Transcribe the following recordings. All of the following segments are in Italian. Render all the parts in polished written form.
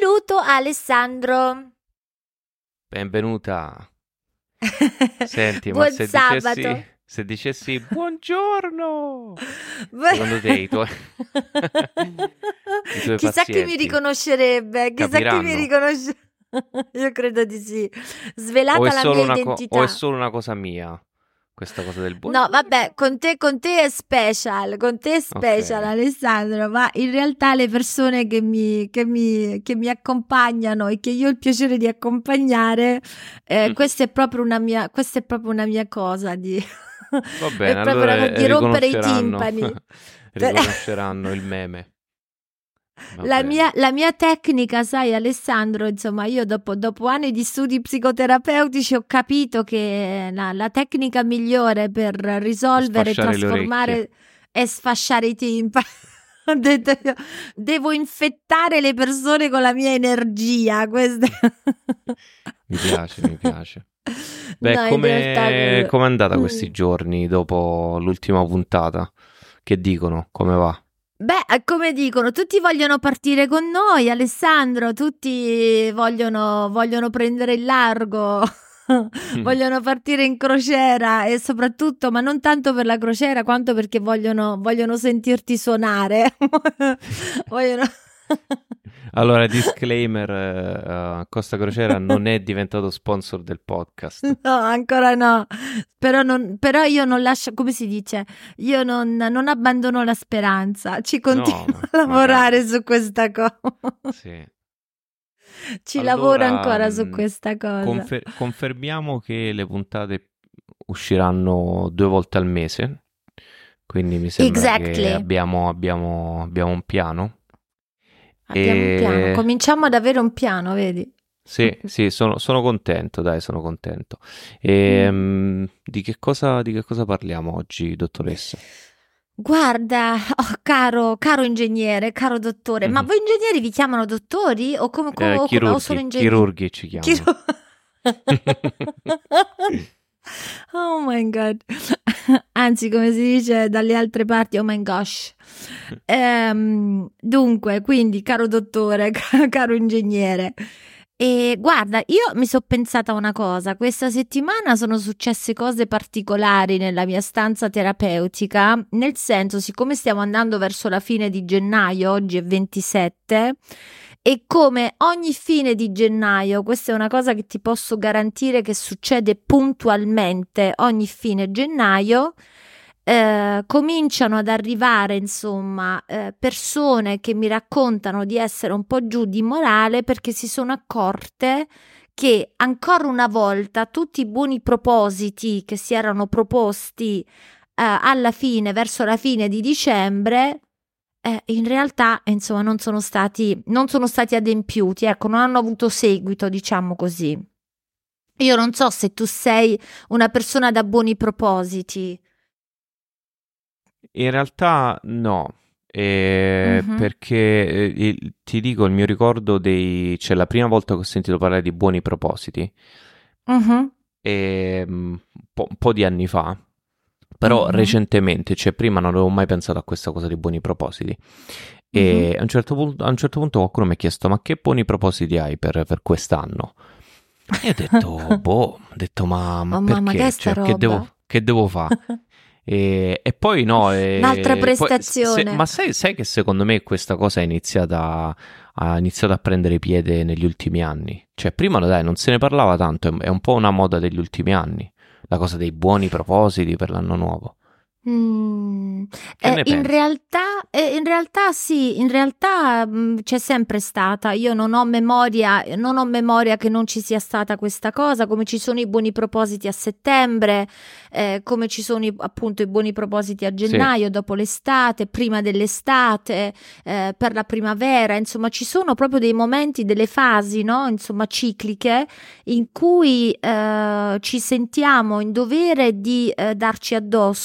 Benvenuto Alessandro. Benvenuta. Senti, Buon ma se sabato. dicessi buongiorno, secondo te i tuoi Chissà chi mi pazienti riconoscerebbe, chissà chi mi capiranno? riconosce. Io credo di sì. O Svelata è la solo mia o è identità. solo una cosa mia, questa cosa del No, vabbè, buongiorno? con te è special, con te è Ok. special Alessandro, ma in realtà le persone che mi accompagnano e che io ho il piacere di accompagnare, questa è proprio una mia cosa di, Va è bene, proprio una cosa allora di rompere i timpani. riconosceranno il meme. Va La mia, bene. la mia tecnica, sai Alessandro, insomma, io dopo anni di studi psicoterapeutici ho capito che la tecnica migliore per risolvere, Sfasciare le orecchie. trasformare è sfasciare i timpani. Ho detto io, devo infettare le persone con la mia energia. Mi piace, mi piace. Beh, No, in realtà... com'è andata Mm. questi giorni dopo l'ultima puntata? Che dicono? Come va? Beh, come dicono, tutti vogliono partire con noi, Alessandro, tutti vogliono prendere il largo, vogliono partire in crociera e soprattutto, ma non tanto per la crociera quanto perché vogliono sentirti suonare. Vogliono... Allora, disclaimer, Costa Crociera non è diventato sponsor del podcast. No, ancora no, però io non lascio, come si dice, io non abbandono la speranza, ci No, continuo a magari. lavorare su questa cosa. Sì. Ci lavoro Allora, ancora su questa cosa. confermiamo che le puntate usciranno 2 volte al mese, quindi mi sembra che Exactly. abbiamo un piano. Abbiamo un piano. E Cominciamo ad avere un piano, vedi? sì, sì, sono contento, dai, sono contento. Mm. Di che cosa parliamo oggi, dottoressa? Guarda, oh, caro ingegnere, caro dottore, ma Mhm. voi ingegneri vi chiamano dottori o come? O solo ingegneri? Chirurghi ci chiamano. Chiro- Oh my God. Anzi, come si dice dalle altre parti, oh my gosh. Dunque, quindi, caro dottore, caro ingegnere, e guarda, io mi sono pensata una cosa, questa settimana sono successe cose particolari nella mia stanza terapeutica, nel senso, siccome stiamo andando verso la fine di gennaio, oggi è 27, e come ogni fine di gennaio, questa è una cosa che ti posso garantire che succede puntualmente ogni fine gennaio, cominciano ad arrivare, insomma, persone che mi raccontano di essere un po' giù di morale perché si sono accorte che ancora una volta tutti i buoni propositi che si erano proposti alla fine, verso la fine di dicembre, in realtà, insomma, non sono stati adempiuti, ecco, non hanno avuto seguito, diciamo così. Io non so se tu sei una persona da buoni propositi. In realtà no, Mhm, perché ti dico il mio ricordo cioè la prima volta che ho sentito parlare di buoni propositi, mhm, un po' di anni fa, però mhm, recentemente, cioè prima non avevo mai pensato a questa cosa di buoni propositi. mhm. E a un certo punto qualcuno mi ha chiesto: ma che buoni propositi hai per quest'anno? E ho detto, boh, ho detto, ma Oh mamma, che è perché? sta Cioè, che roba? devo fare? E poi no, Un'altra poi, ma prestazione. sai che secondo me questa cosa ha iniziato a prendere piede negli ultimi anni? Cioè, prima dai, non se ne parlava tanto, è un po' una moda degli ultimi anni, la cosa dei buoni propositi per l'anno nuovo. Mm, Che ne pensi? in realtà sì, in realtà c'è sempre stata. Io non ho memoria che non ci sia stata questa cosa, come ci sono i buoni propositi a settembre, come ci sono appunto i buoni propositi a Sì, gennaio, dopo l'estate, prima dell'estate, per la primavera. Insomma, ci sono proprio dei momenti, delle fasi, no? Insomma, cicliche in cui ci sentiamo in dovere di darci addosso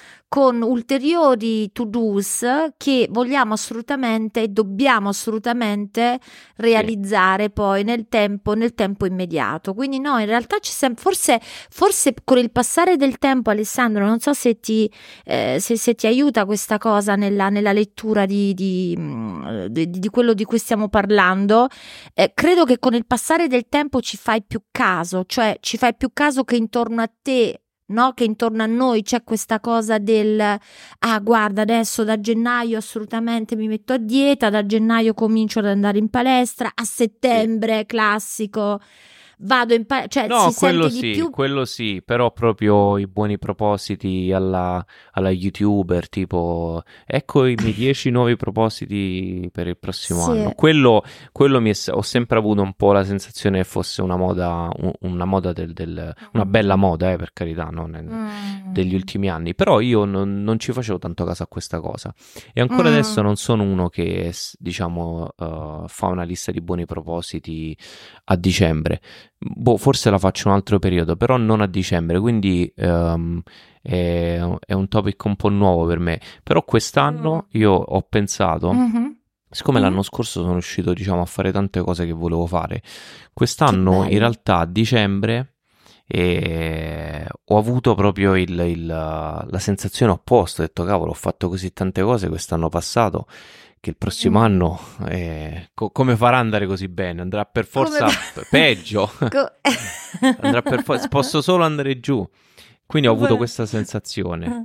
con ulteriori to-dos che vogliamo assolutamente e dobbiamo assolutamente realizzare poi nel tempo immediato. Quindi no, in realtà forse con il passare del tempo, Alessandro, non so se se ti aiuta questa cosa nella lettura di quello di cui stiamo parlando. Credo che con il passare del tempo ci fai più caso, cioè ci fai più caso che intorno a te, no? Che intorno a noi c'è questa cosa guarda, adesso da gennaio assolutamente mi metto a dieta, da gennaio comincio ad andare in palestra, a settembre, classico, vado in palestra, cioè No, si sente di più. quello sì, però proprio i buoni propositi alla YouTuber, tipo, ecco i miei 10 nuovi propositi per il prossimo anno. Sì. Quello ho sempre avuto un po' la sensazione che fosse una moda, una moda una bella moda, per carità, no? Degli ultimi anni, però io non ci facevo tanto caso a questa cosa. E ancora adesso non sono uno che, diciamo, fa una lista di buoni propositi a dicembre. Forse la faccio un altro periodo, però non a dicembre, quindi è un topic un po' nuovo per me. Però quest'anno io ho pensato, siccome l'anno scorso sono riuscito, diciamo, a fare tante cose che volevo fare, quest'anno in realtà a dicembre ho avuto proprio la sensazione opposta. Ho detto, cavolo, ho fatto così tante cose quest'anno passato che il prossimo anno come farà ad andare così bene? Andrà per forza peggio. Andrà posso solo andare giù. Quindi ho avuto questa sensazione.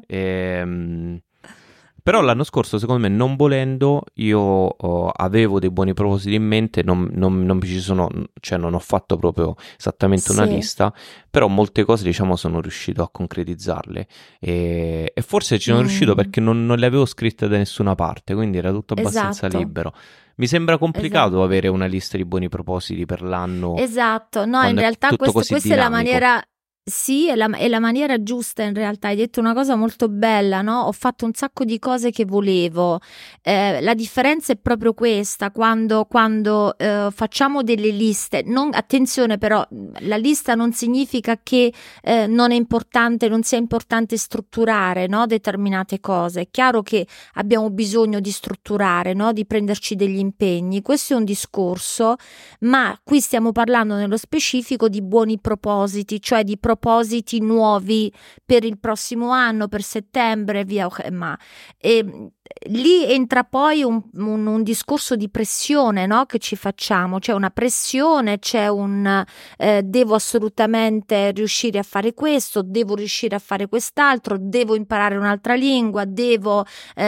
Però l'anno scorso, secondo me, non volendo, io avevo dei buoni propositi in mente, non mi ci sono, cioè non ho fatto proprio esattamente una lista, però molte cose, diciamo, sono riuscito a concretizzarle e forse ci sono riuscito perché non le avevo scritte da nessuna parte, quindi era tutto abbastanza libero. Mi sembra complicato avere una lista di buoni propositi per l'anno. Esatto, no, in realtà questa è la maniera. Sì, è la maniera giusta in realtà, hai detto una cosa molto bella, no? Ho fatto un sacco di cose che volevo, la differenza è proprio questa, quando facciamo delle liste, attenzione però, la lista non significa che non sia importante strutturare, no? Determinate cose, è chiaro che abbiamo bisogno di strutturare, no? Di prenderci degli impegni, questo è un discorso, ma qui stiamo parlando nello specifico di buoni propositi, cioè di propositi nuovi per il prossimo anno, per settembre, via. Ma lì entra poi un discorso di pressione, no? Che ci facciamo, c'è una pressione, c'è devo assolutamente riuscire a fare questo, devo riuscire a fare quest'altro, devo imparare un'altra lingua, devo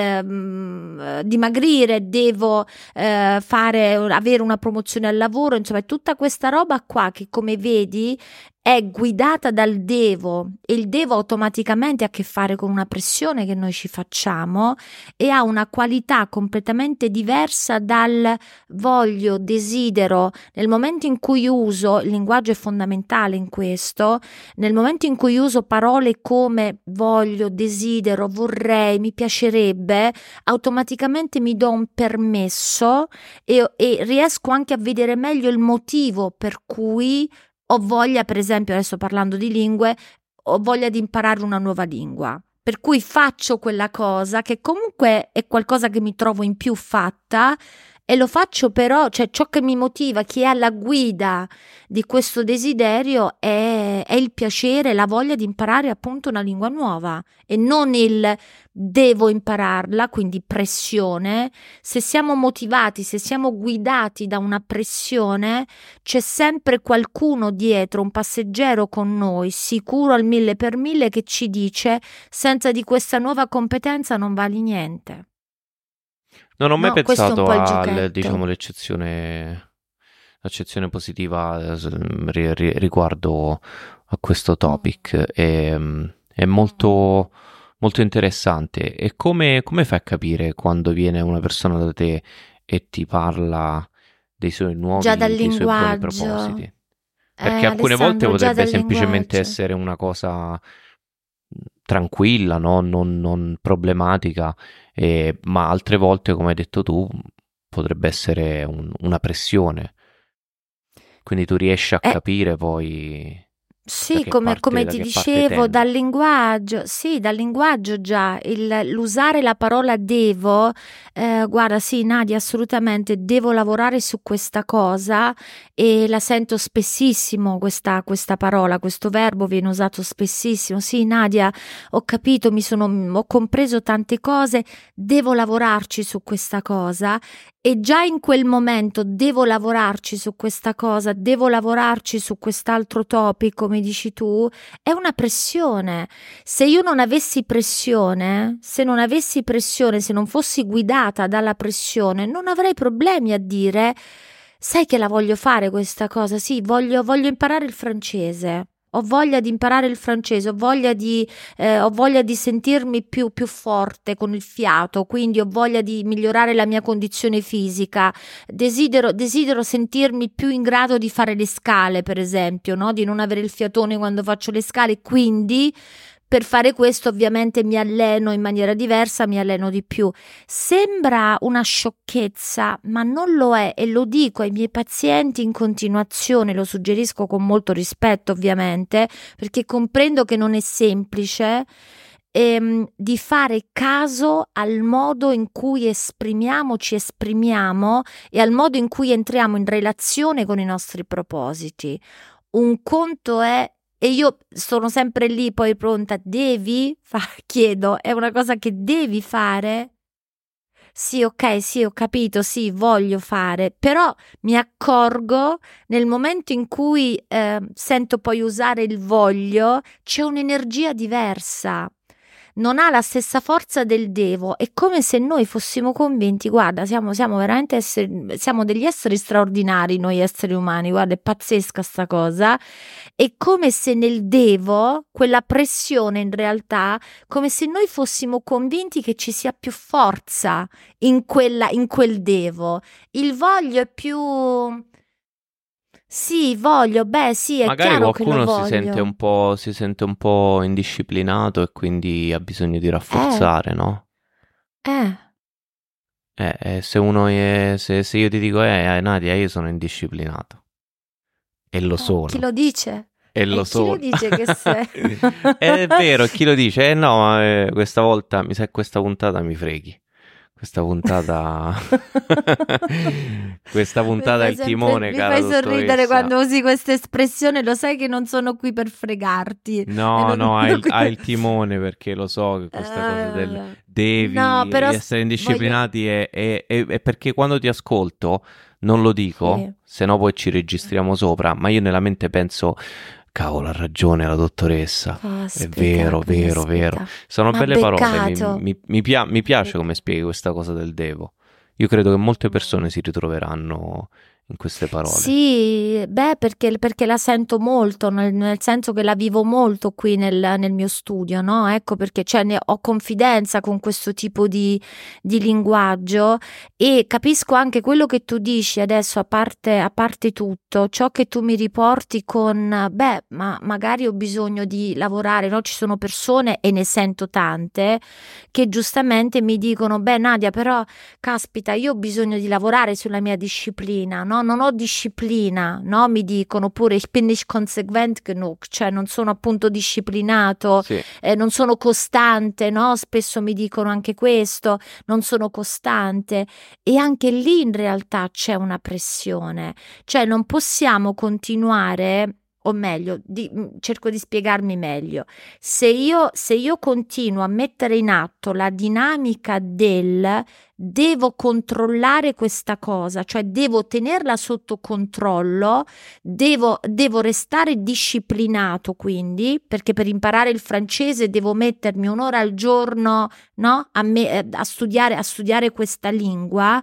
dimagrire, devo avere una promozione al lavoro, insomma è tutta questa roba qua che, come vedi, è guidata dal devo, e il devo automaticamente ha a che fare con una pressione che noi ci facciamo e ha una qualità completamente diversa dal voglio, desidero. Nel momento in cui uso, il linguaggio è fondamentale in questo, nel momento in cui uso parole come voglio, desidero, vorrei, mi piacerebbe, automaticamente mi do un permesso e riesco anche a vedere meglio il motivo per cui ho voglia, per esempio, adesso parlando di lingue, ho voglia di imparare una nuova lingua. Per cui faccio quella cosa che comunque è qualcosa che mi trovo in più fatta e lo faccio, però, cioè ciò che mi motiva, chi è alla guida di questo desiderio è il piacere, la voglia di imparare appunto una lingua nuova e non il devo impararla, quindi pressione. Se siamo motivati, se siamo guidati da una pressione, c'è sempre qualcuno dietro, un passeggero con noi, sicuro al 1000%, che ci dice: senza di questa nuova competenza non vali niente. Non ho mai pensato diciamo, l'accezione positiva riguardo a questo topic. È molto, molto interessante. E come fai a capire quando viene una persona da te e ti parla dei suoi buoni propositi? Perché alcune volte potrebbe semplicemente essere una cosa tranquilla, no? Non problematica, ma altre volte, come hai detto tu, potrebbe essere una pressione. Quindi tu riesci a capire poi. Da Sì, che come da ti che parte dicevo, tendi? dal linguaggio, sì, dal linguaggio già, l'usare la parola devo, guarda, sì, Nadia, assolutamente, devo lavorare su questa cosa e la sento spessissimo, questa parola, questo verbo viene usato spessissimo. Sì, Nadia, ho capito, ho compreso tante cose, devo lavorarci su questa cosa e già in quel momento devo lavorarci su questa cosa, devo lavorarci su quest'altro topic, come dici tu, è una pressione. Se io non avessi pressione, se non avessi pressione, se non fossi guidata dalla pressione, non avrei problemi a dire, sai che la voglio fare questa cosa? Sì, voglio imparare il francese. Ho voglia di imparare il francese, ho voglia di sentirmi più forte con il fiato, quindi ho voglia di migliorare la mia condizione fisica. Desidero sentirmi più in grado di fare le scale, per esempio, no? Di non avere il fiatone quando faccio le scale. Quindi, per fare questo, ovviamente mi alleno in maniera diversa, mi alleno di più. Sembra una sciocchezza, ma non lo è e lo dico ai miei pazienti in continuazione, lo suggerisco con molto rispetto ovviamente, perché comprendo che non è semplice di fare caso al modo in cui ci esprimiamo e al modo in cui entriamo in relazione con i nostri propositi. Un conto è e io sono sempre lì poi pronta, chiedo, è una cosa che devi fare? Sì, ok, sì, ho capito, sì, voglio fare, però mi accorgo nel momento in cui sento poi usare il voglio, c'è un'energia diversa. Non ha la stessa forza del devo, è come se noi fossimo convinti, guarda, siamo veramente siamo degli esseri straordinari noi esseri umani, guarda, è pazzesca sta cosa, è come se nel devo, quella pressione in realtà, come se noi fossimo convinti che ci sia più forza in quel devo. Il voglio è più... Sì, voglio, beh, sì, è Magari chiaro che lo qualcuno voglio. si sente un po' indisciplinato e quindi ha bisogno di Eh, rafforzare, no? eh. Se uno se io ti dico, Nadia, io sono indisciplinato. E lo Chi sono. lo dice? E lo E chi lo sono. dice che sei? È vero, chi lo dice? No, questa volta, mi sa che questa puntata mi freghi. Questa puntata... questa puntata è il timone, Mi cara fai sorridere dottoressa. quando usi questa espressione, lo sai che non sono qui per fregarti. E No, non no, sono qui hai per... il timone perché lo so che questa cosa del No, devi però essere voglio... indisciplinati è perché quando ti ascolto non lo dico, Sì. se no poi ci registriamo sopra, ma io nella mente penso, cavolo, ha ragione la dottoressa, è Caspita, vero, vero, vero. caspita. Sono Ma belle parole, beccato. mi piace come Becca- spieghi questa cosa del devo. Io credo che molte persone Mm. si ritroveranno in queste parole. Sì, beh, perché la sento molto, nel senso che la vivo molto qui nel mio studio, no? Ecco perché cioè, ho confidenza con questo tipo di linguaggio e capisco anche quello che tu dici adesso, a parte tutto, ciò che tu mi riporti con, beh, ma magari ho bisogno di lavorare, no? Ci sono persone, e ne sento tante, che giustamente mi dicono, beh, Nadia, però caspita, io ho bisogno di lavorare sulla mia disciplina, no? Non ho disciplina, no? Mi dicono pure, ich bin nicht konsequent genug, cioè non sono appunto disciplinato, Sì. non sono costante, no? Spesso mi dicono anche questo, non sono costante e anche lì in realtà c'è una pressione, cioè non possiamo continuare. O meglio, cerco di spiegarmi meglio. Se io continuo a mettere in atto la dinamica del devo controllare questa cosa, cioè devo tenerla sotto controllo, devo restare disciplinato quindi, perché per imparare il francese devo mettermi un'ora al giorno, no? A studiare questa lingua.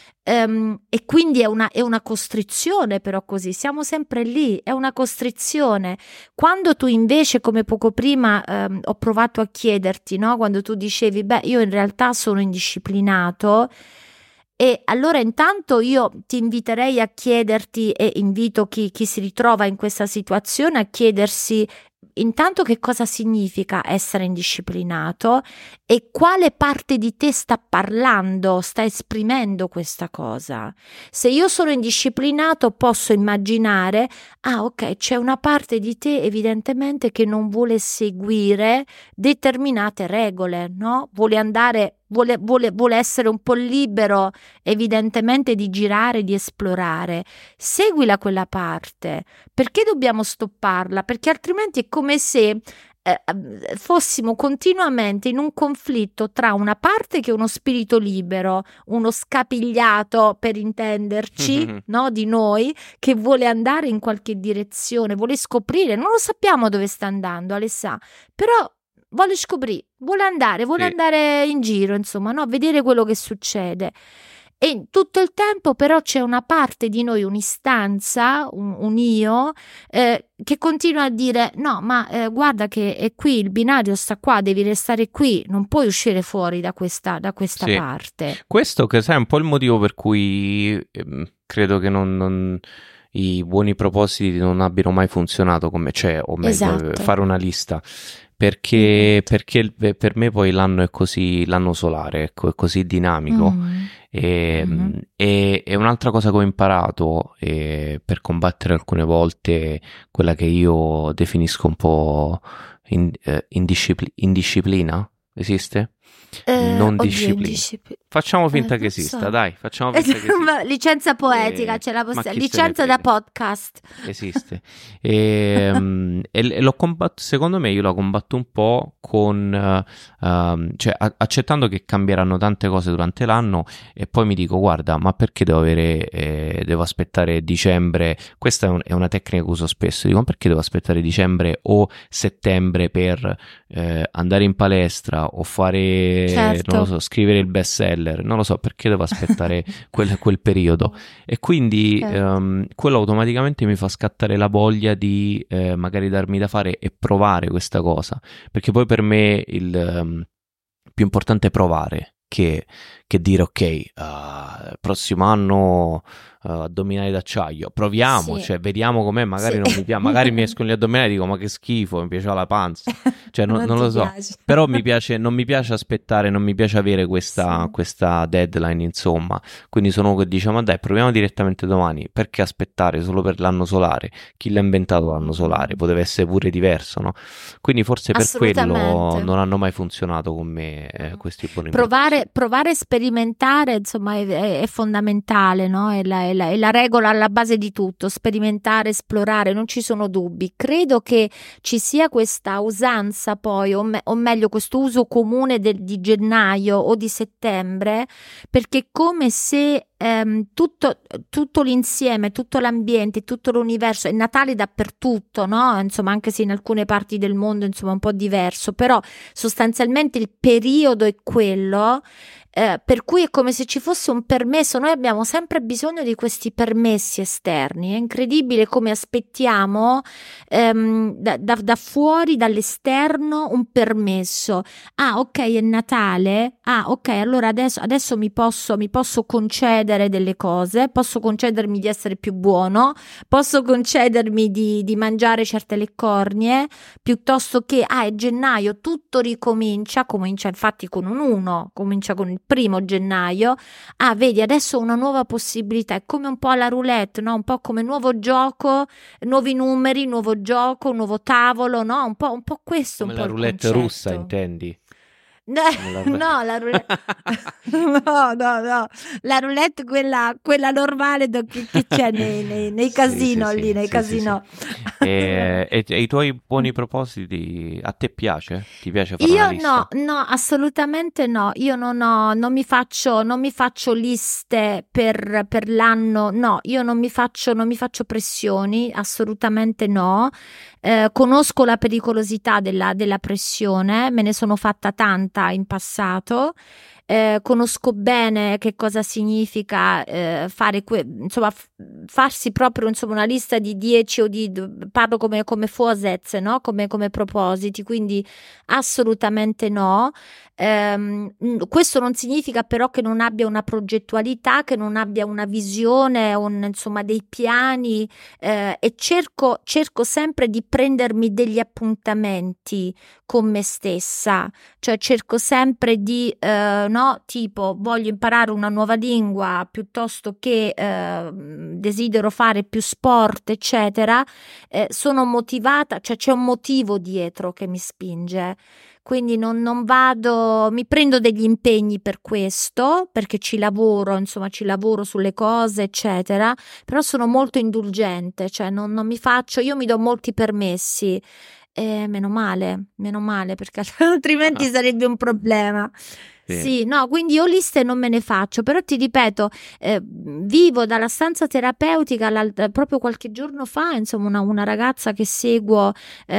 E quindi è una costrizione, però così siamo sempre lì, è una costrizione. Quando tu invece, come poco prima ho provato a chiederti, no? Quando tu dicevi, beh, io in realtà sono indisciplinato, e allora intanto io ti inviterei a chiederti, e invito chi si ritrova in questa situazione a chiedersi, intanto che cosa significa essere indisciplinato e quale parte di te sta parlando, sta esprimendo questa cosa. Se io sono indisciplinato posso immaginare, ok, c'è una parte di te evidentemente che non vuole seguire determinate regole, no? Vuole essere un po' libero evidentemente di girare, di esplorare. Seguila quella parte. Perché dobbiamo stopparla? Perché altrimenti è come se fossimo continuamente in un conflitto tra una parte che è uno spirito libero, uno scapigliato per intenderci, no, di noi, che vuole andare in qualche direzione, vuole scoprire, non lo sappiamo dove sta andando, Alessà, però vuole scoprire, vuole Sì. andare in giro, insomma, no, vedere quello che succede. E tutto il tempo però c'è una parte di noi, un'istanza, un io, che continua a dire no, ma guarda che è qui, il binario sta qua, devi restare qui, non puoi uscire fuori da questa Sì. parte. Questo che sai è un po' il motivo per cui credo che i buoni propositi non abbiano mai funzionato come c'è, o meglio, Esatto. fare una lista. Perché per me poi l'anno è così, l'anno solare, ecco, è così dinamico. E un'altra cosa che ho imparato per combattere alcune volte quella che io definisco un po' indisciplina, esiste? Non disciplina. Facciamo finta che esista, dai, facciamo finta che esista. Licenza poetica, c'è la licenza da podcast. Esiste. E l'ho secondo me io la combatto un po' con cioè accettando che cambieranno tante cose durante l'anno e poi mi dico guarda, ma perché devo aspettare dicembre? Questa è una tecnica che uso spesso, dico perché devo aspettare dicembre o settembre per andare in palestra o fare, certo, non lo so, scrivere il bestseller, non lo so perché devo aspettare quel periodo. E quindi quello automaticamente mi fa scattare la voglia di magari darmi da fare e provare questa cosa, perché poi per me il più importante è provare che dire ok, prossimo anno addominali d'acciaio, proviamo, sì, cioè vediamo com'è, magari sì. non mi piace, magari mi escono gli addominali e dico ma che schifo, mi piaceva la panza, cioè non lo so, piace. però non mi piace aspettare, non mi piace avere questa deadline, insomma, quindi sono uno che dice ma dai proviamo direttamente domani, perché aspettare solo per l'anno solare? Chi l'ha inventato l'anno solare? Poteva essere pure diverso, no? Quindi forse per quello non hanno mai funzionato con me questi buoni provare a sperimentare, insomma, è fondamentale, no? È la regola alla base di tutto, sperimentare, esplorare, non ci sono dubbi. Credo che ci sia questa usanza poi, o meglio questo uso comune di gennaio o di settembre, perché è come se tutto l'insieme, tutto l'ambiente, tutto l'universo, è Natale dappertutto, no? Insomma, anche se in alcune parti del mondo, insomma, è un po' diverso, però sostanzialmente il periodo è quello, per cui è come se ci fosse un permesso. Noi abbiamo sempre bisogno di questi permessi esterni, è incredibile come aspettiamo da fuori, dall'esterno, un permesso. Ok, è Natale, ok, allora adesso mi posso concedere delle cose, posso concedermi di essere più buono, posso concedermi di mangiare certe leccornie, piuttosto che è gennaio, tutto comincia infatti con un 1, comincia con il 1 gennaio, vedi adesso una nuova possibilità, è come un po' alla roulette, no? Un po' come nuovo gioco, nuovi numeri, nuovo gioco, nuovo tavolo, no? Un po' questo, come un po' la il roulette concetto. russa, intendi? No, la roulette no, la roulette quella normale che c'è nei casino lì, nei casino. E i tuoi buoni propositi a te piace? Ti piace fare una lista? No, assolutamente no. Io non mi faccio liste per l'anno, no, io non mi faccio pressioni, assolutamente no. Conosco la pericolosità della pressione, me ne sono fatta tanta in passato. conosco bene che cosa significa fare insomma farsi proprio insomma una lista di 10 parlo come Vorsätze, no? Come propositi, quindi assolutamente no. Questo non significa però che non abbia una progettualità, che non abbia una visione, insomma dei piani, e cerco sempre di prendermi degli appuntamenti con me stessa, cioè cerco sempre di no, tipo voglio imparare una nuova lingua piuttosto che desidero fare più sport, eccetera. Sono motivata, cioè c'è un motivo dietro che mi spinge. Quindi non vado, mi prendo degli impegni per questo, perché ci lavoro sulle cose, eccetera, però sono molto indulgente, cioè non mi faccio, io mi do molti permessi, meno male, perché altrimenti sarebbe un problema. Sì, no, quindi io liste non me ne faccio, però ti ripeto, vivo dalla stanza terapeutica proprio qualche giorno fa, insomma, una ragazza che seguo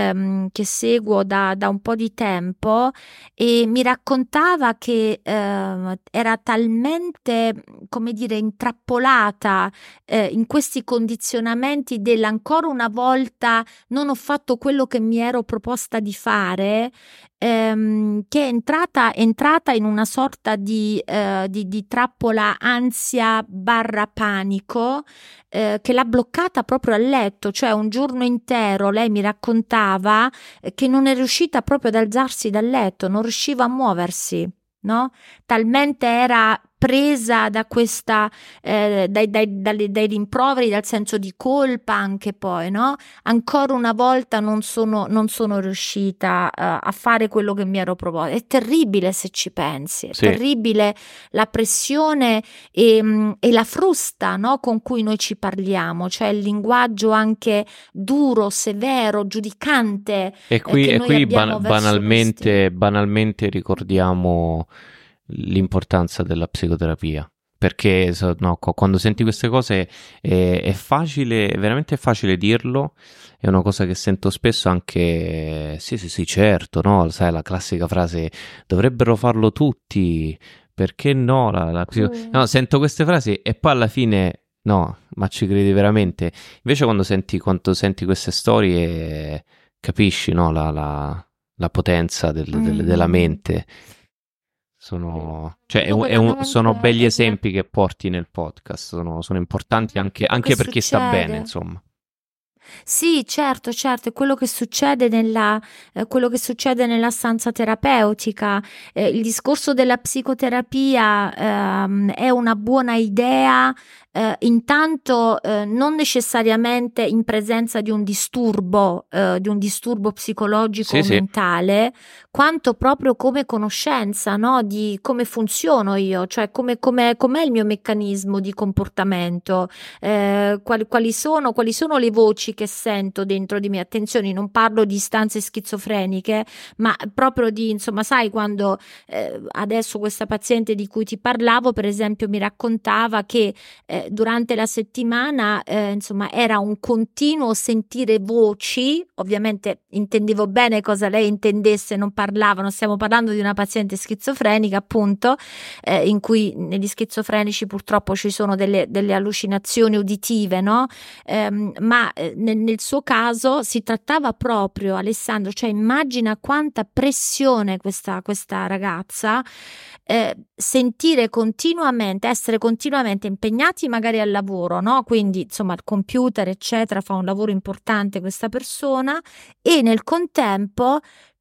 da un po' di tempo, e mi raccontava che era talmente, come dire, intrappolata in questi condizionamenti ancora una volta non ho fatto quello che mi ero proposta di fare, che è entrata in una sorta di trappola ansia barra panico, che l'ha bloccata proprio a letto, cioè un giorno intero lei mi raccontava che non è riuscita proprio ad alzarsi dal letto, non riusciva a muoversi, no? Talmente era presa da questa dai rimproveri, dal senso di colpa anche, poi, no? Ancora una volta non sono riuscita a fare quello che mi ero proposta. È terribile se ci pensi, è terribile la pressione e la frusta, no? Con cui noi ci parliamo, cioè il linguaggio anche duro, severo, giudicante. E qui banalmente ricordiamo l'importanza della psicoterapia, perché quando senti queste cose è facile, è veramente facile dirlo, è una cosa che sento spesso anche, sì, certo, no? Sai, la classica frase, dovrebbero farlo tutti, perché no? No, sento queste frasi e poi alla fine, no, ma ci credi veramente? Invece quando senti queste storie capisci, no? La potenza della mente. Sono begli esempi che porti nel podcast, sono importanti anche per chi sta bene, insomma. Sì, certo, è quello che succede nella stanza terapeutica. Il discorso della psicoterapia è una buona idea, intanto non necessariamente in presenza di un disturbo psicologico o mentale, quanto proprio come conoscenza, no? Di come funziono io, cioè com'è il mio meccanismo di comportamento, quali sono le voci che sento dentro di me. Attenzione, non parlo di istanze schizofreniche, ma proprio di, insomma, sai, quando adesso questa paziente di cui ti parlavo, per esempio, mi raccontava che durante la settimana insomma era un continuo sentire voci. Ovviamente intendevo bene cosa lei intendesse, non stiamo parlando di una paziente schizofrenica, appunto, in cui negli schizofrenici purtroppo ci sono delle allucinazioni uditive, no? Ma nel suo caso si trattava proprio, Alessandro, cioè immagina quanta pressione questa ragazza, sentire continuamente, essere continuamente impegnati magari al lavoro, no? Quindi insomma il computer eccetera, fa un lavoro importante questa persona, e nel contempo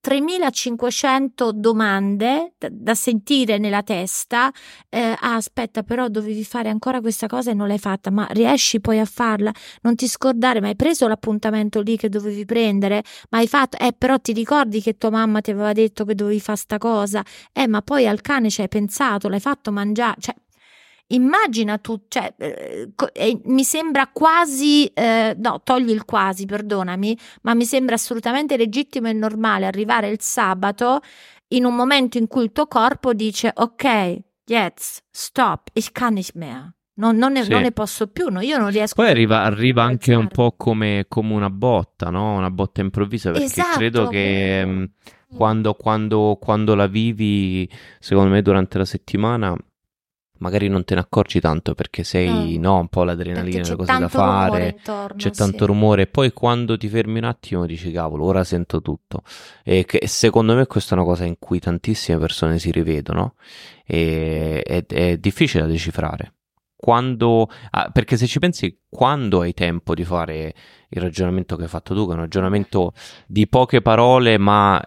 3500 domande da sentire nella testa. Aspetta, però dovevi fare ancora questa cosa e non l'hai fatta, ma riesci poi a farla? Non ti scordare, ma hai preso l'appuntamento lì che dovevi prendere? Ma hai fatto? Però ti ricordi che tua mamma ti aveva detto che dovevi fare sta cosa? Ma poi al cane ci hai pensato, l'hai fatto mangiare? Cioè, immagina tu, cioè, mi sembra quasi, no, togli il quasi, perdonami, ma mi sembra assolutamente legittimo e normale arrivare il sabato in un momento in cui il tuo corpo dice ok, jetzt, stop, ich kann nicht mehr. Non ne posso più, no, io non riesco. Poi arriva anche un po' come una botta, no? Una botta improvvisa, perché credo che quando la vivi, secondo me, durante la settimana, magari non te ne accorgi tanto perché sei, Mm. no, un po' Perché l'adrenalina, le c'è cose da tanto rumore fare, intorno, c'è tanto sì. rumore, e poi quando ti fermi un attimo dici, cavolo, ora sento tutto. E che secondo me questa è una cosa in cui tantissime persone si rivedono e è difficile da decifrare. Perché se ci pensi, quando hai tempo di fare il ragionamento che hai fatto tu, che è un ragionamento di poche parole, ma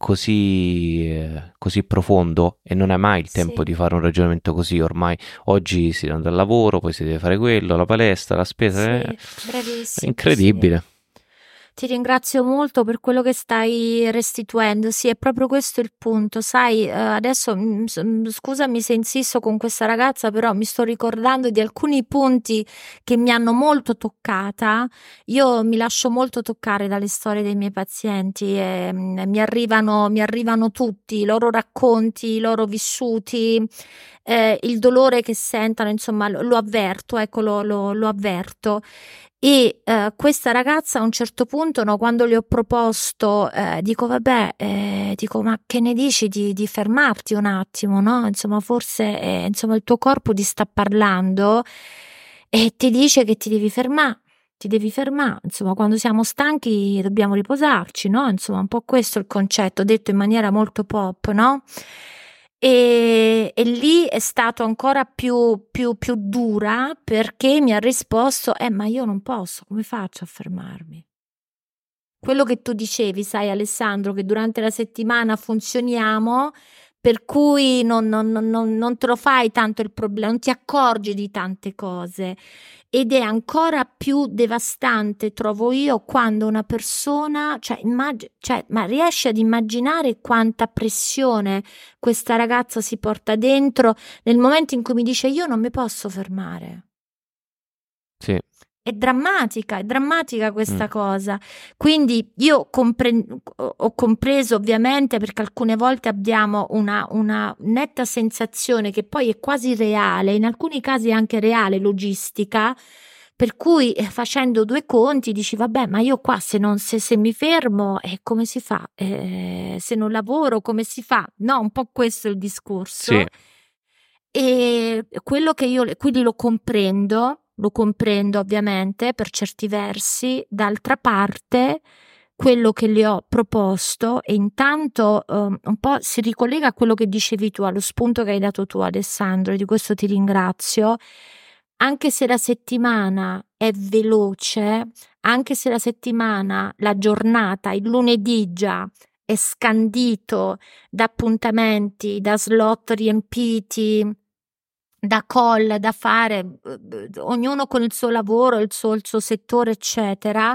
così profondo, e non hai mai il tempo Sì, di fare un ragionamento così. Ormai oggi si andà al lavoro, poi si deve fare quello, la palestra, la spesa, sì, è bravissimo, sì. incredibile. Ti ringrazio molto per quello che stai restituendo. Sì, è proprio questo il punto. Sai, adesso scusami se insisto con questa ragazza, però mi sto ricordando di alcuni punti che mi hanno molto toccata. Io mi lascio molto toccare dalle storie dei miei pazienti e mi arrivano tutti i loro racconti, i loro vissuti, il dolore che sentono, insomma, lo avverto, ecco, lo avverto. E questa ragazza a un certo punto, no, quando le ho proposto, dico, vabbè, dico, ma che ne dici di fermarti un attimo, no? Insomma, forse insomma, il tuo corpo ti sta parlando e ti dice che ti devi fermare. Ti devi fermare, insomma, quando siamo stanchi dobbiamo riposarci, no? Insomma, un po' questo è il concetto, detto in maniera molto pop, no? E lì è stato ancora più dura perché mi ha risposto, ma io non posso, come faccio a fermarmi? Quello che tu dicevi, sai Alessandro, che durante la settimana funzioniamo, per cui non te lo fai tanto il problema, non ti accorgi di tante cose. Ed è ancora più devastante, trovo io, quando una persona, ma riesce ad immaginare quanta pressione questa ragazza si porta dentro nel momento in cui mi dice io non mi posso fermare. Sì. È drammatica Mm. questa cosa. Quindi io ho compreso ovviamente perché alcune volte abbiamo una netta sensazione che poi è quasi reale, in alcuni casi anche reale, logistica, per cui facendo due conti dici vabbè, ma io qua se mi fermo, come si fa? Se non lavoro, come si fa? No, un po' questo è il Sì. discorso. E quello che io quindi lo comprendo ovviamente per certi versi, d'altra parte quello che le ho proposto e intanto un po' si ricollega a quello che dicevi tu, allo spunto che hai dato tu Alessandro, e di questo ti ringrazio, anche se la settimana è veloce, anche se la settimana, la giornata, il lunedì già è scandito da appuntamenti, da slot riempiti, da call da fare, ognuno con il suo lavoro, il suo settore, eccetera.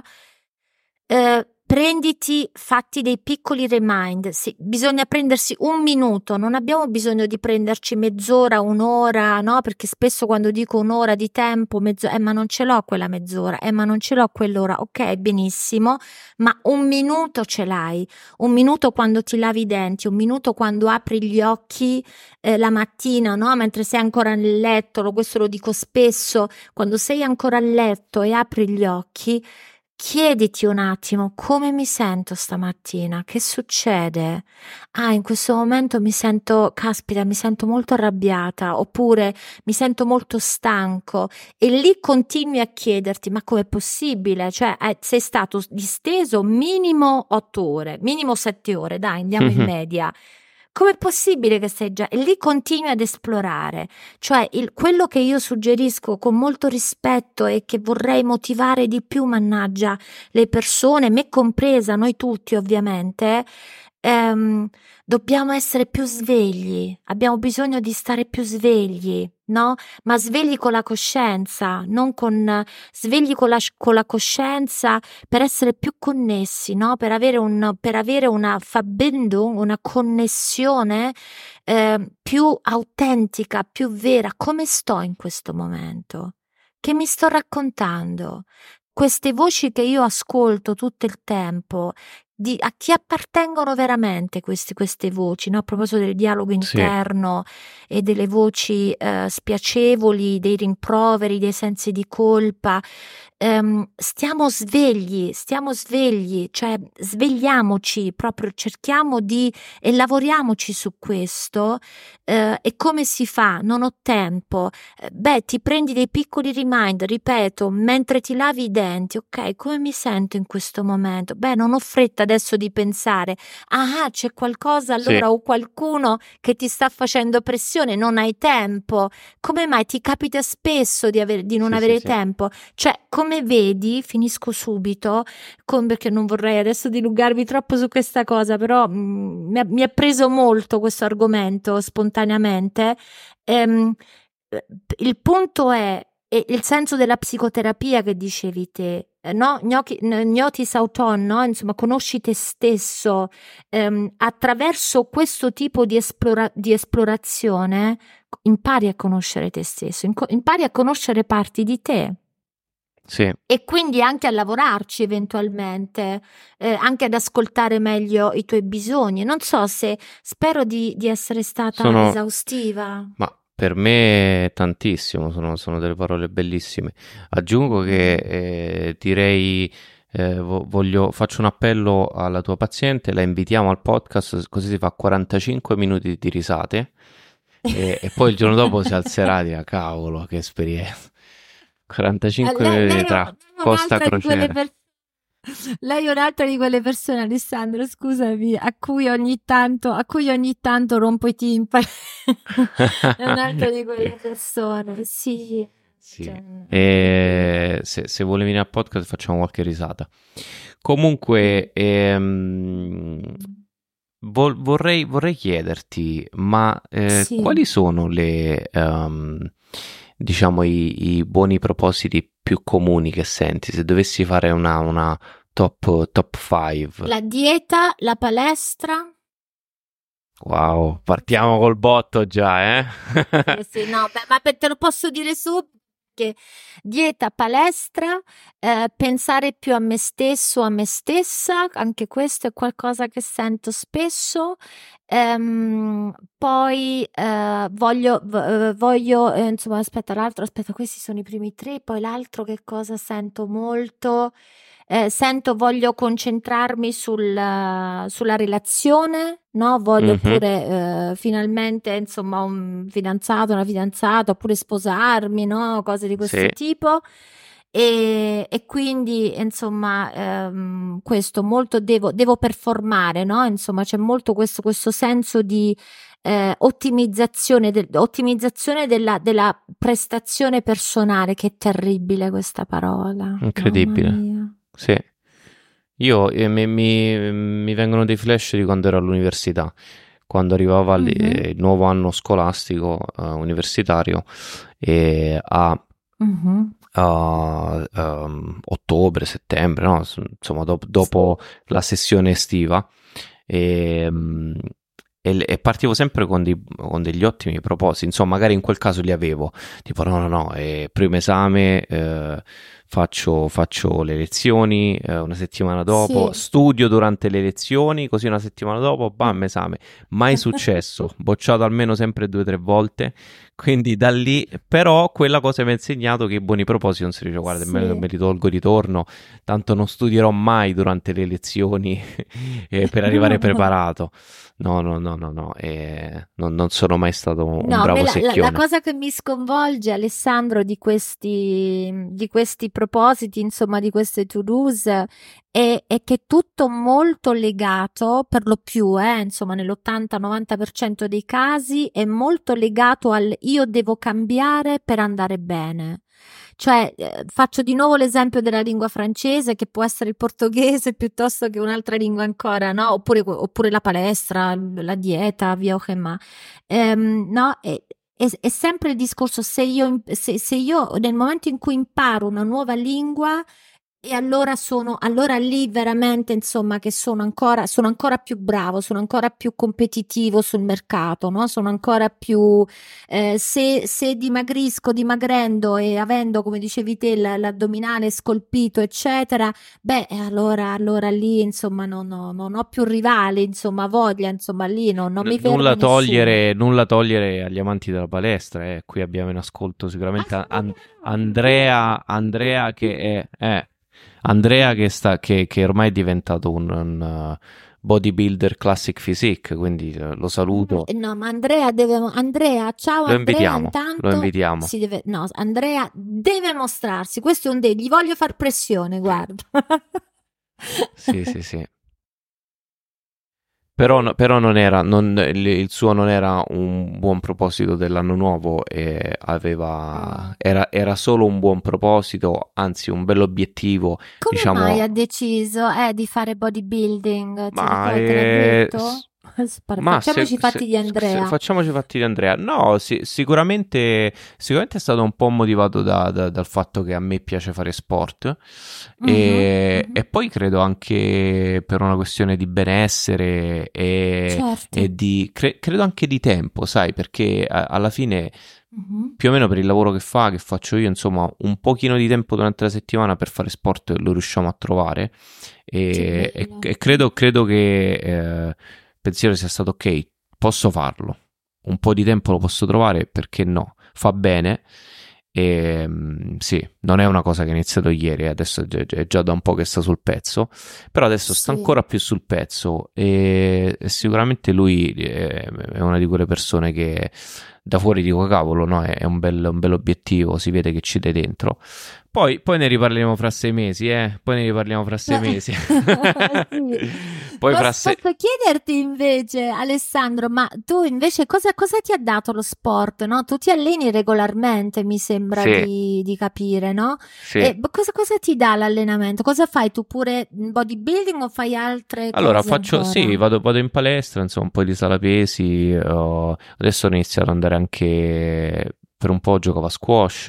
Fatti dei piccoli remind. Sì, bisogna prendersi un minuto, non abbiamo bisogno di prenderci mezz'ora, un'ora, no? Perché spesso quando dico un'ora di tempo, ma non ce l'ho quella mezz'ora, ma non ce l'ho quell'ora. Ok, benissimo, ma un minuto ce l'hai. Un minuto quando ti lavi i denti, un minuto quando apri gli occhi la mattina, no? Mentre sei ancora nel letto, questo lo dico spesso, quando sei ancora a letto e apri gli occhi, chiediti un attimo come mi sento stamattina, che succede? In questo momento caspita, mi sento molto arrabbiata, oppure mi sento molto stanco, e lì continui a chiederti, ma com'è possibile? Cioè, sei stato disteso minimo 8 ore, minimo 7 ore, dai, andiamo in media. Com'è possibile che sei già... E lì continui ad esplorare. Cioè, quello che io suggerisco con molto rispetto e che vorrei motivare di più, mannaggia, le persone, me compresa, noi tutti ovviamente, ehm, dobbiamo essere più svegli, abbiamo bisogno di stare più svegli, no? Ma svegli con la coscienza, non con... svegli con la coscienza per essere più connessi, no? Per avere una Verbindung, una connessione più autentica, più vera. Come sto in questo momento? Che mi sto raccontando? Queste voci che io ascolto tutto il tempo, a chi appartengono veramente queste voci, no? A proposito del dialogo Sì, interno e delle voci spiacevoli, dei rimproveri, dei sensi di colpa. Stiamo svegli, cioè svegliamoci, proprio cerchiamo e lavoriamoci su questo. E come si fa? Non ho tempo. Ti prendi dei piccoli reminder, ripeto, mentre ti lavi i denti, ok, come mi sento in questo momento? Non ho fretta adesso di pensare, c'è qualcosa sì, allora o qualcuno che ti sta facendo pressione, non hai tempo. Come mai ti capita spesso di non sì, sì, avere sì. tempo? Cioè, come vedi, finisco subito, perché non vorrei adesso dilungarmi troppo su questa cosa, però mi ha preso molto questo argomento spontaneamente. Ehm, il punto è il senso della psicoterapia che dicevi te, no? Gnotis auton, no? Insomma, conosci te stesso, attraverso questo tipo di esplorazione impari a conoscere te stesso, impari a conoscere parti di te. Sì. E quindi anche a lavorarci eventualmente, anche ad ascoltare meglio i tuoi bisogni. Non so se spero di essere stata Sono, esaustiva. ma per me tantissimo, sono delle parole bellissime. Aggiungo che direi, faccio un appello alla tua paziente, la invitiamo al podcast, così si fa 45 minuti di risate e poi il giorno dopo si alzerà e dirà, cavolo, che esperienza. 45 minuti tra Lei è Costa un'altra di quelle Crociere. persone. Lei è un'altra di quelle persone, Alessandro, scusami, a cui ogni tanto rompo i timpani. È un'altra di quelle persone, sì. Sì, Cioè, e se vuole venire a podcast facciamo qualche risata. Comunque, vorrei chiederti, ma sì. quali sono diciamo, i buoni propositi più comuni che senti? Se dovessi fare una top 5. La dieta, la palestra. Wow, partiamo col botto già, eh? Sì, no, ma te lo posso dire subito che dieta, palestra, pensare più a me stesso, a me stessa, anche questo è qualcosa che sento spesso. Poi voglio, insomma, aspetta, questi sono i primi tre, poi l'altro che cosa sento molto? Voglio concentrarmi sulla relazione, no? Voglio Mhm, pure finalmente, insomma, un fidanzato, una fidanzata, oppure sposarmi, no? Cose di sì, questo tipo. E quindi, insomma, questo molto devo performare, no? Insomma, c'è molto questo senso di ottimizzazione della prestazione personale, che è terribile questa parola, mamma incredibile. mia. Sì. Io mi vengono dei flash di quando ero all'università, quando arrivava Mhm, il nuovo anno scolastico universitario e mhm. ottobre, settembre, no? Insomma, Sì. dopo la sessione estiva e, e partivo sempre con degli ottimi propositi. Insomma, magari in quel caso li avevo, tipo no, no, no, primo esame. Faccio le lezioni una settimana dopo, Sì. studio durante le lezioni, così una settimana dopo, bam, esame. Mai successo, bocciato almeno sempre 2 o 3 volte. Quindi da lì, però, quella cosa mi ha insegnato che i buoni propositi non si dice, guarda, Sì. me li tolgo di torno, tanto non studierò mai durante le lezioni per arrivare preparato. No, no, no, no, no, non sono mai stato un No, bravo la secchione. cosa che mi sconvolge, Alessandro, di questi propositi, insomma, di queste to-dos, è che è tutto molto legato, per lo più, insomma, nell'80-90% dei casi, è molto legato al io devo cambiare per andare bene. Cioè, faccio di nuovo l'esempio della lingua francese, che può essere il portoghese piuttosto che un'altra lingua ancora, no? Oppure la palestra, la dieta, via Ohema. No? È sempre il discorso, se io nel momento in cui imparo una nuova lingua, E allora lì veramente, insomma, che sono ancora più bravo, sono ancora più competitivo sul mercato, no? Sono ancora più, se dimagrendo e avendo, come dicevi te, l'addominale scolpito, eccetera, beh, allora lì, insomma, non ho più rivali, insomma, voglia, insomma, lì non mi ferma nessuno. Nulla togliere agli amanti della palestra, eh. Qui abbiamo in ascolto sicuramente Andrea Andrea che ormai è diventato un bodybuilder classic physique, quindi lo saluto. No, ma Andrea, ciao Lo Andrea, invitiamo, lo intanto invitiamo. no, Andrea deve mostrarsi, questo è gli voglio far pressione, guarda. Sì, sì, sì. Però, però non era, il suo non era un buon proposito dell'anno nuovo, Ah. era solo un buon proposito, anzi un bell'obiettivo, Come mai diciamo. ha deciso, di fare bodybuilding? Ma, Te l'ha detto? ma Facciamoci i fatti di Andrea. facciamoci i fatti di Andrea. No, sicuramente è stato un po' motivato dal fatto che a me piace fare sport Mhm, mhm. e poi credo anche per una questione di benessere Certo. credo anche di tempo, sai, perché alla fine Mhm. più o meno per il lavoro che faccio io, insomma, un pochino di tempo durante la settimana per fare sport lo riusciamo a trovare Che e bello. credo che il pensiero sia stato ok, posso farlo, un po' di tempo lo posso trovare, perché no? Fa bene. E, sì, non è una cosa che è iniziato ieri, adesso è già da un po' che sta sul pezzo, però adesso sta Sì. ancora più sul pezzo e sicuramente lui è una di quelle persone che da fuori dico cavolo, no, è un bel obiettivo, si vede che ci dai dentro. Poi ne riparleremo fra 6 mesi, eh? Poi ne riparliamo fra sei Eh, mesi. sì. Poi fra sei... Posso chiederti invece, Alessandro, ma tu invece cosa ti ha dato lo sport, no? Tu ti alleni regolarmente, mi sembra Sì, di capire, no? sì. E cosa ti dà l'allenamento? Cosa fai tu pure bodybuilding o fai altre Allora, cose sì, ancora? vado in palestra, insomma, un po' di sala pesi. Adesso ho iniziato ad andare anche per un po' giocavo a squash.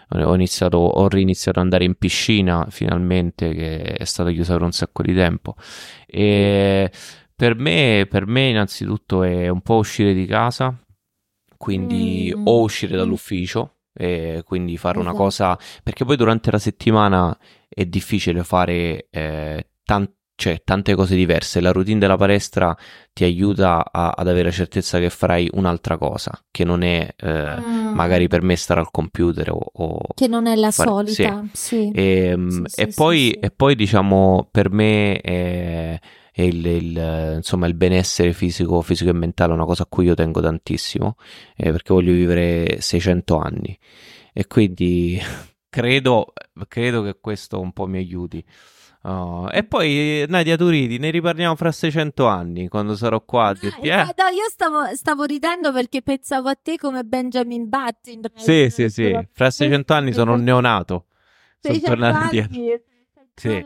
Ho riniziato ad andare in piscina finalmente, che è stata chiusa per un sacco di tempo. E per me, innanzitutto, è un po' uscire di casa, quindi o Mm, uscire mm, dall'ufficio, e quindi fare una cosa, esatto. perché poi durante la settimana è difficile fare cioè, tante cose diverse. La routine della palestra ti aiuta ad avere la certezza che farai un'altra cosa, che non è magari Mm, per me stare al computer o che non è la fare... Sì. solita, sì. Sì, E sì, sì, sì. poi diciamo per me è insomma il benessere fisico e mentale è una cosa a cui io tengo tantissimo, perché voglio vivere 600 anni e quindi credo, credo che questo un po' mi aiuti. E poi Nadia Turiti, ne riparliamo fra 600 anni, quando sarò qua a dirti, No, io stavo ridendo perché pensavo a te come Benjamin Button, sì, sì, sì, fra 600 anni sono un neonato, sono 600 tornato indietro. anni. Sì.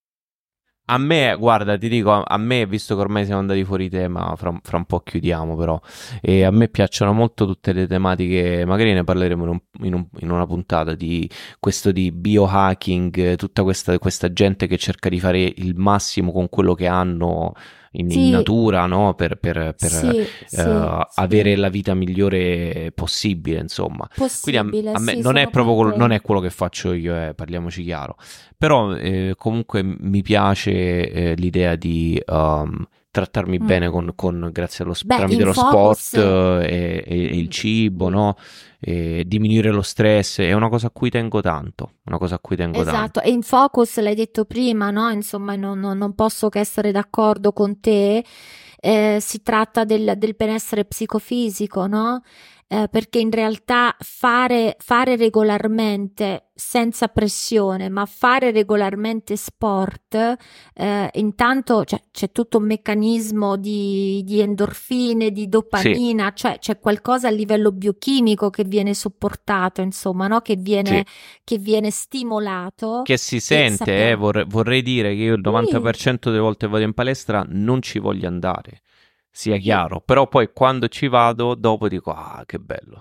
A me, guarda, ti dico, a me, visto che ormai siamo andati fuori tema, fra un po' chiudiamo però, e a me piacciono molto tutte le tematiche, magari ne parleremo in una puntata di questo di biohacking, tutta questa gente che cerca di fare il massimo con quello che hanno in Sì, natura, no? Per sì, sì, avere sì. la vita migliore possibile, insomma. Quindi Possibile, a me sì, non è sono con proprio non te. è quello che faccio io, parliamoci chiaro. Però comunque mi piace l'idea di trattarmi bene Mm. grazie Beh, tramite in lo focus. sport e il cibo, Sì. no? E diminuire lo stress è una cosa a cui tengo tanto, una cosa a cui tengo Esatto, tanto. e in focus l'hai detto prima, no? Insomma, non posso che essere d'accordo con te. Si tratta del benessere psicofisico, no? Perché in realtà fare regolarmente, senza pressione, ma fare regolarmente sport, intanto c'è tutto un meccanismo di endorfine, di Sì, dopamina, cioè c'è qualcosa a livello biochimico che viene supportato, insomma, no? sì. Che viene stimolato Che si e sente, sappiamo. vorrei dire che io il Sì, 90% delle volte che vado in palestra non ci voglio andare, sia sì, chiaro, però poi quando ci vado, dopo dico, ah, che bello,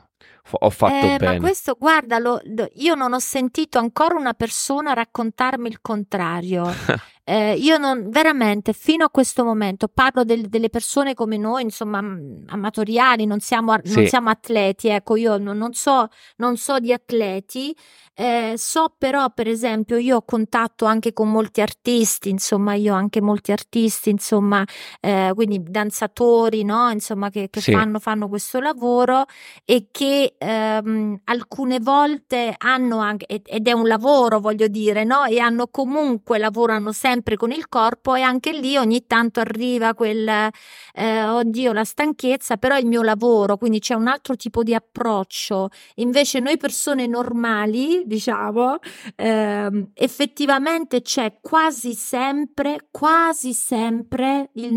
ho fatto Ma bene. questo, guarda, io non ho sentito ancora una persona raccontarmi il contrario. Io non, veramente, fino a questo momento, parlo delle persone come noi, insomma, amatoriali, non siamo Sì, atleti, ecco, io non so di atleti, so però, per esempio, io ho contatto anche con molti artisti, insomma, io ho anche molti artisti, insomma, quindi danzatori, no? Insomma, che sì, fanno questo lavoro e che alcune volte hanno anche, ed è un lavoro, voglio dire, no? E hanno comunque, lavorano sempre con il corpo e anche lì ogni tanto arriva oddio, la stanchezza, però è il mio lavoro, quindi c'è un altro tipo di approccio. Invece noi persone normali, diciamo, effettivamente c'è quasi sempre il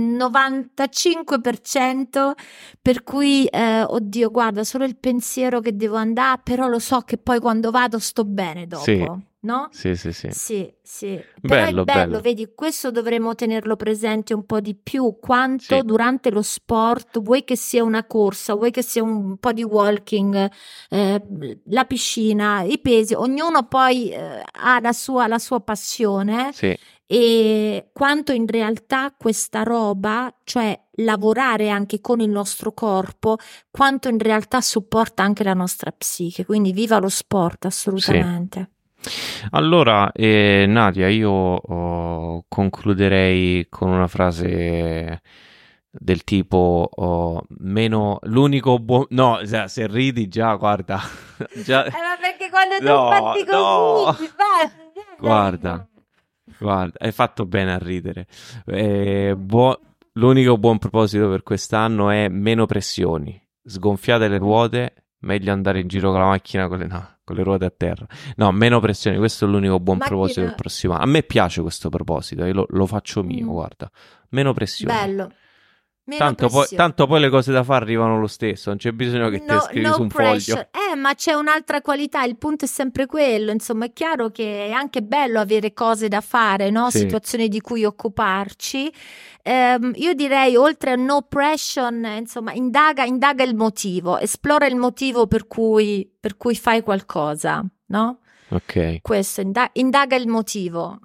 95% per cui, oddio, guarda, solo il pensiero che devo andare, però lo so che poi quando vado sto bene sì, dopo, no? sì, sì, sì. Sì, sì, però è Bello, bello, bello. vedi, questo dovremmo tenerlo presente un po' di più, quanto Sì, durante lo sport, vuoi che sia una corsa, vuoi che sia un po' di walking, eh, la piscina, i pesi, ognuno poi ha la sua passione sì, e quanto in realtà questa roba, cioè lavorare anche con il nostro corpo, quanto in realtà supporta anche la nostra psiche. Quindi viva lo sport, sì. assolutamente. Allora, Nadia, io concluderei con una frase del tipo meno l'unico buon... No, se ridi già, guarda, già... Ma perché quando tu No, parti no, così, va, guarda, guarda, hai fatto bene a ridere. L'unico buon proposito per quest'anno è meno pressioni, sgonfiate le ruote, meglio andare in giro con la macchina con no, con le ruote a terra. No, meno pressioni, questo è l'unico buon proposito del macchina. prossimo anno. A me piace questo proposito, io lo faccio mio, Mm, guarda. Meno pressioni. bello, meno Tanto pressione. poi le cose da fare arrivano lo stesso, non c'è bisogno che te No, scrivi su no un foglio. pressure. Ma c'è un'altra qualità, il punto è sempre quello. Insomma, è chiaro che è anche bello avere cose da fare, no? Sì, Situazioni di cui occuparci. Io direi, oltre a no pressure, insomma, indaga il motivo, esplora il motivo per cui fai qualcosa, no? ok. Questo, indaga il motivo.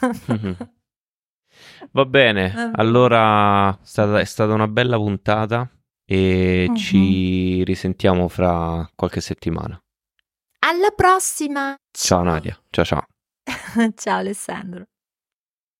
Va bene, Va bene. allora è stata una bella puntata e Mhm. ci risentiamo fra qualche settimana. Alla prossima. Ciao Ciao. Nadia, ciao ciao. Ciao Alessandro.